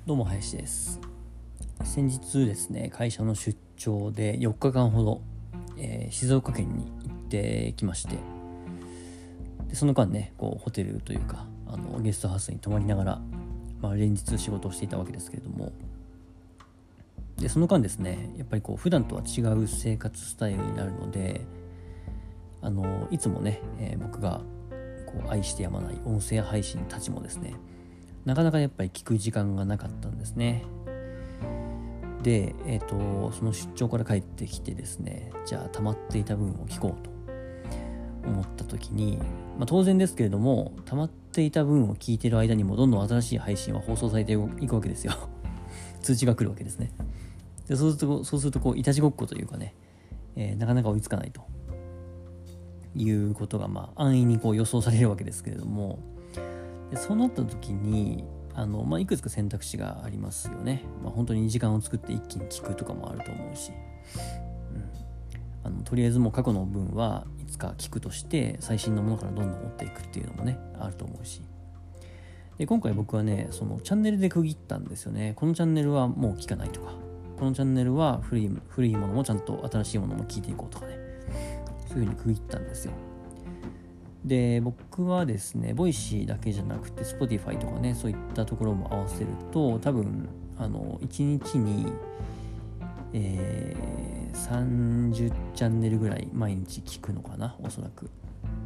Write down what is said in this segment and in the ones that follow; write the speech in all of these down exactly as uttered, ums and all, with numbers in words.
どうも林です。先日ですね、会社の出張でよっかかんほど、えー、静岡県に行ってきまして、でその間ね、こうホテルというかあのゲストハウスに泊まりながら、まあ、連日仕事をしていたわけですけれども、でその間ですね、やっぱりこう普段とは違う生活スタイルになるので、あのいつもね、えー、僕がこう愛してやまない音声配信たちもですね、なかなかやっぱり聞く時間がなかったんですね。で、えーと、その出張から帰ってきてですね、じゃあ溜まっていた分を聞こうと思った時に、まあ、当然ですけれども、溜まっていた分を聞いている間にもどんどん新しい配信は放送されていくわけですよ。通知が来るわけですね。でそうすると、そうするとこういたちごっこというかね、えー、なかなか追いつかないということがまあ安易にこう予想されるわけですけれども、でそうなった時にあの、まあ、いくつか選択肢がありますよね。まあ、本当に時間を作って一気に聞くとかもあると思うし、うん、あのとりあえずもう過去の分はいつか聞くとして最新のものからどんどん追っていくっていうのもねあると思うし、で今回僕はねそのチャンネルで区切ったんですよね。このチャンネルはもう聞かないとか、このチャンネルは古い、古いものもちゃんと新しいものも聞いていこうとかね、そういう風に区切ったんですよ。で僕はですね、ボイシーだけじゃなくて Spotify とかね、そういったところも合わせると多分あのいちにちに、えー、さんじゅうチャンネルぐらい毎日聞くのかな、おそらく。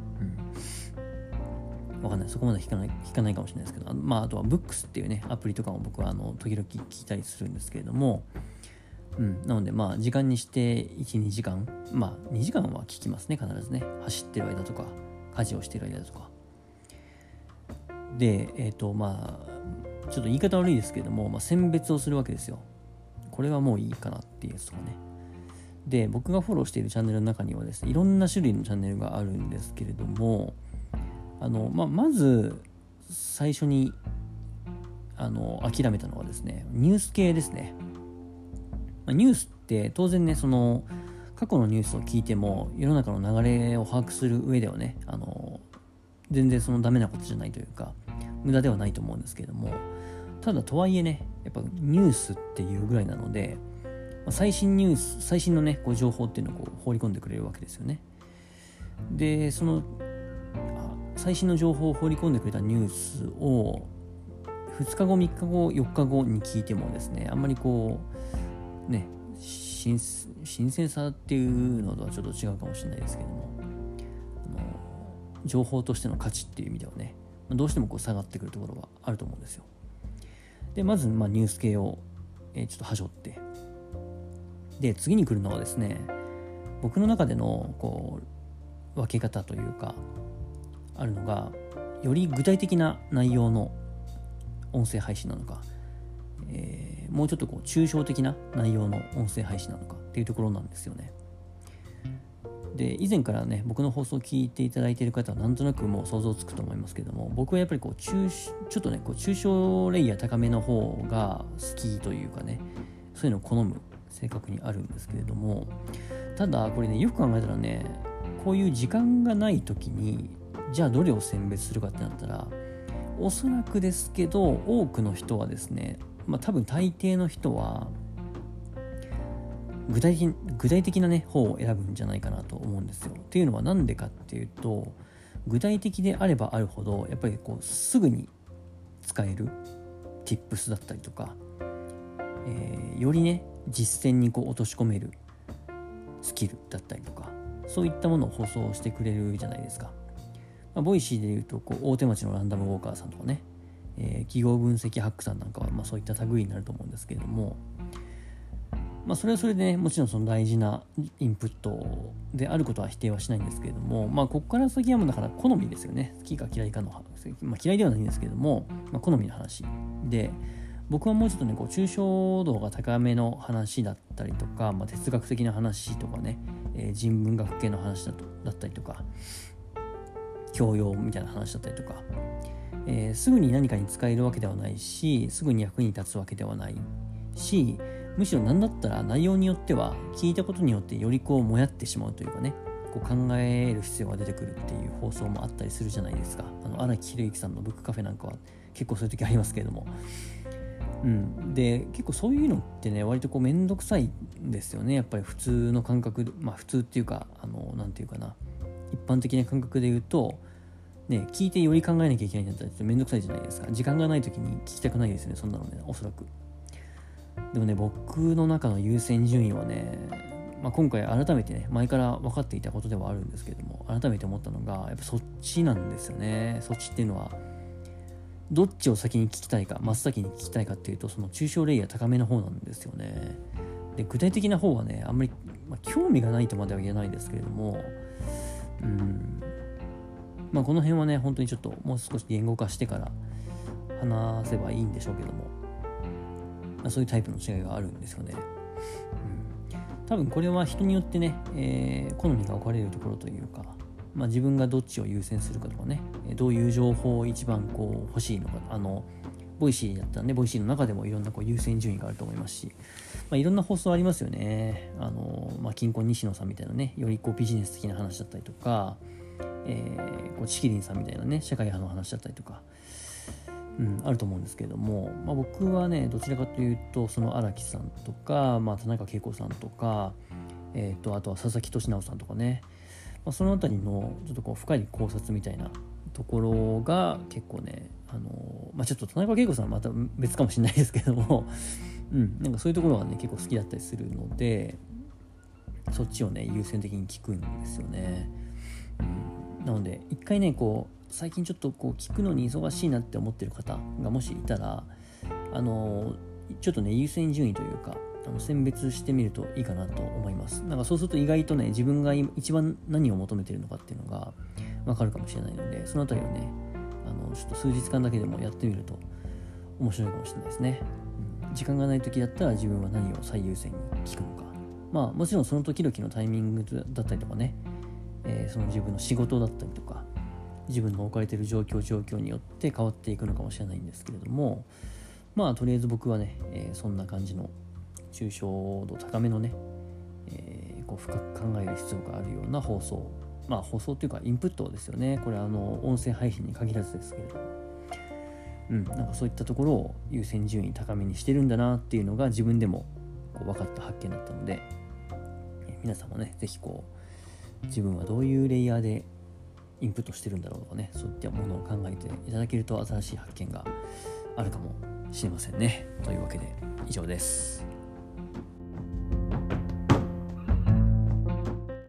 うん。わかんない、そこまで聞かない聞かないかもしれないですけど、あ, まあ、あとは Books っていうねアプリとかも僕はあの時々聞いたりするんですけれども、うん、なのでまあ時間にしていち、にじかん、まあにじかんは聞きますね、必ずね。走ってる間とか家事をしている間とかで、えっとまあちょっと言い方悪いですけれども、まあ、選別をするわけですよ。これはもういいかなっていうやつとかね。で僕がフォローしているチャンネルの中にはですね、いろんな種類のチャンネルがあるんですけれども、あの、まあ、まず最初にあの諦めたのはですね、ニュース系ですね。まあ、ニュースって当然ね、その過去のニュースを聞いても世の中の流れを把握する上ではね、あの全然そのダメなことじゃないというか無駄ではないと思うんですけれども、ただとはいえね、やっぱニュースっていうぐらいなので、まあ、最新ニュース最新のねこう情報っていうのをこう放り込んでくれるわけですよね。でその最新の情報を放り込んでくれたニュースをふつかごみっかごよっかごに聞いてもですね、あんまりこうね新, 新鮮さっていうのとはちょっと違うかもしれないですけども、あの情報としての価値っていう意味ではね、どうしてもこう下がってくるところはあると思うんですよ。でまずまあニュース系を、えー、ちょっとはしょって、で次に来るのはですね、僕の中でのこう分け方というかあるのが、より具体的な内容の音声配信なのか、えー、もうちょっとこう抽象的な内容の音声配信なのかっていうところなんですよね。で以前からね僕の放送を聞いていただいている方はなんとなくもう想像つくと思いますけども、僕はやっぱりこう中ちょっとねこう抽象レイヤー高めの方が好きというかね、そういうのを好む性格にあるんですけれども、ただこれねよく考えたらね、こういう時間がない時にじゃあどれを選別するかってなったら、おそらくですけど多くの人はですね、まあ多分大抵の人は具体的、具体的なね方を選ぶんじゃないかなと思うんですよ。っていうのはなんでかっていうと、具体的であればあるほどやっぱりこうすぐに使える tips だったりとか、えー、よりね実践にこう落とし込めるスキルだったりとか、そういったものを放送してくれるじゃないですか。まあ、ボイシーでいうとこう大手町のランダムウォーカーさんとかね、えー、企業分析ハックさんなんかはまあそういった類になると思うんですけれども、まあそれはそれでねもちろんその大事なインプットであることは否定はしないんですけれども、まあここから先はもうだから好みですよね。好きか嫌いかの、まあ、嫌いではないんですけれども、まあ、好みの話で、僕はもうちょっとねこう抽象度が高めの話だったりとか、まあ、哲学的な話とかね、えー、人文学系の話だとだったりとか教養みたいな話だったりとか、えー、すぐに何かに使えるわけではないし、すぐに役に立つわけではないし、むしろ何だったら内容によっては聞いたことによってよりこうもやってしまうというかね、こう考える必要が出てくるっていう放送もあったりするじゃないですか。あの荒木宏之さんのブックカフェなんかは結構そういう時ありますけれども、 うん、で結構そういうのってね割とこうめんどくさいんですよね。やっぱり普通の感覚、まあ普通っていうかあのなんていうかな、一般的な感覚で言うとね、聞いてより考えなきゃいけないんだったらちょっとめんどくさいじゃないですか。時間がない時に聞きたくないですよね、そんなのね、おそらく。でもね、僕の中の優先順位はね、まあ、今回改めてね、前から分かっていたことではあるんですけれども、改めて思ったのがやっぱそっちなんですよね。そっちっていうのはどっちを先に聞きたいか、真っ先に聞きたいかっていうと、その抽象レイヤー高めの方なんですよね。で、具体的な方はね、あんまり、まあ、興味がないとまでは言えないですけれども、うん、まあこの辺はね、本当にちょっともう少し言語化してから話せばいいんでしょうけども、まあ、そういうタイプの違いがあるんですよね。うん、多分これは人によってね、えー、好みが分かれるところというか、まあ、自分がどっちを優先するかとかね、どういう情報を一番こう欲しいのか、あのボイシーだったらね、ボイシーの中でもいろんなこう優先順位があると思いますし、まあ、いろんな放送ありますよね。あの、まあ、金婚西野さんみたいなね、よりこうビジネス的な話だったりとか、えー、こうチキリンさんみたいなね、社会派の話だったりとか、うん、あると思うんですけれども、まあ、僕はね、どちらかというと、その荒木さんとか、まあ、田中恵子さんとか、えーと、あとは佐々木俊直さんとかね、まあ、そのあたりのちょっとこう深い考察みたいなところが結構ね、あのまあ、ちょっと田中恵子さんはまた別かもしれないですけども、うん、なんかそういうところがね結構好きだったりするので、そっちをね優先的に聞くんですよね。うん、なので一回ねこう最近ちょっとこう聞くのに忙しいなって思ってる方がもしいたら、あのちょっとね優先順位というかあの選別してみるといいかなと思います。なんかそうすると意外とね自分が一番何を求めているのかっていうのが分かるかもしれないので、そのあたりをねあのちょっと数日間だけでもやってみると面白いかもしれないですね。うん、時間がない時だったら自分は何を最優先に聞くのか、まあもちろんその時々のタイミングだったりとかね、えー、その自分の仕事だったりとか自分の置かれている状況状況によって変わっていくのかもしれないんですけれども、まあとりあえず僕はね、えー、そんな感じの抽象度高めのね、えー、こう深く考える必要があるような放送、まあ放送っていうかインプットですよね。これはあの音声配信に限らずですけれども、うん、なんかそういったところを優先順位高めにしてるんだなっていうのが自分でもこう分かった発見だったので、えー、皆さんもねぜひこう自分はどういうレイヤーでインプットしてるんだろうとかね、そういったものを考えていただけると新しい発見があるかもしれませんね。というわけで以上です。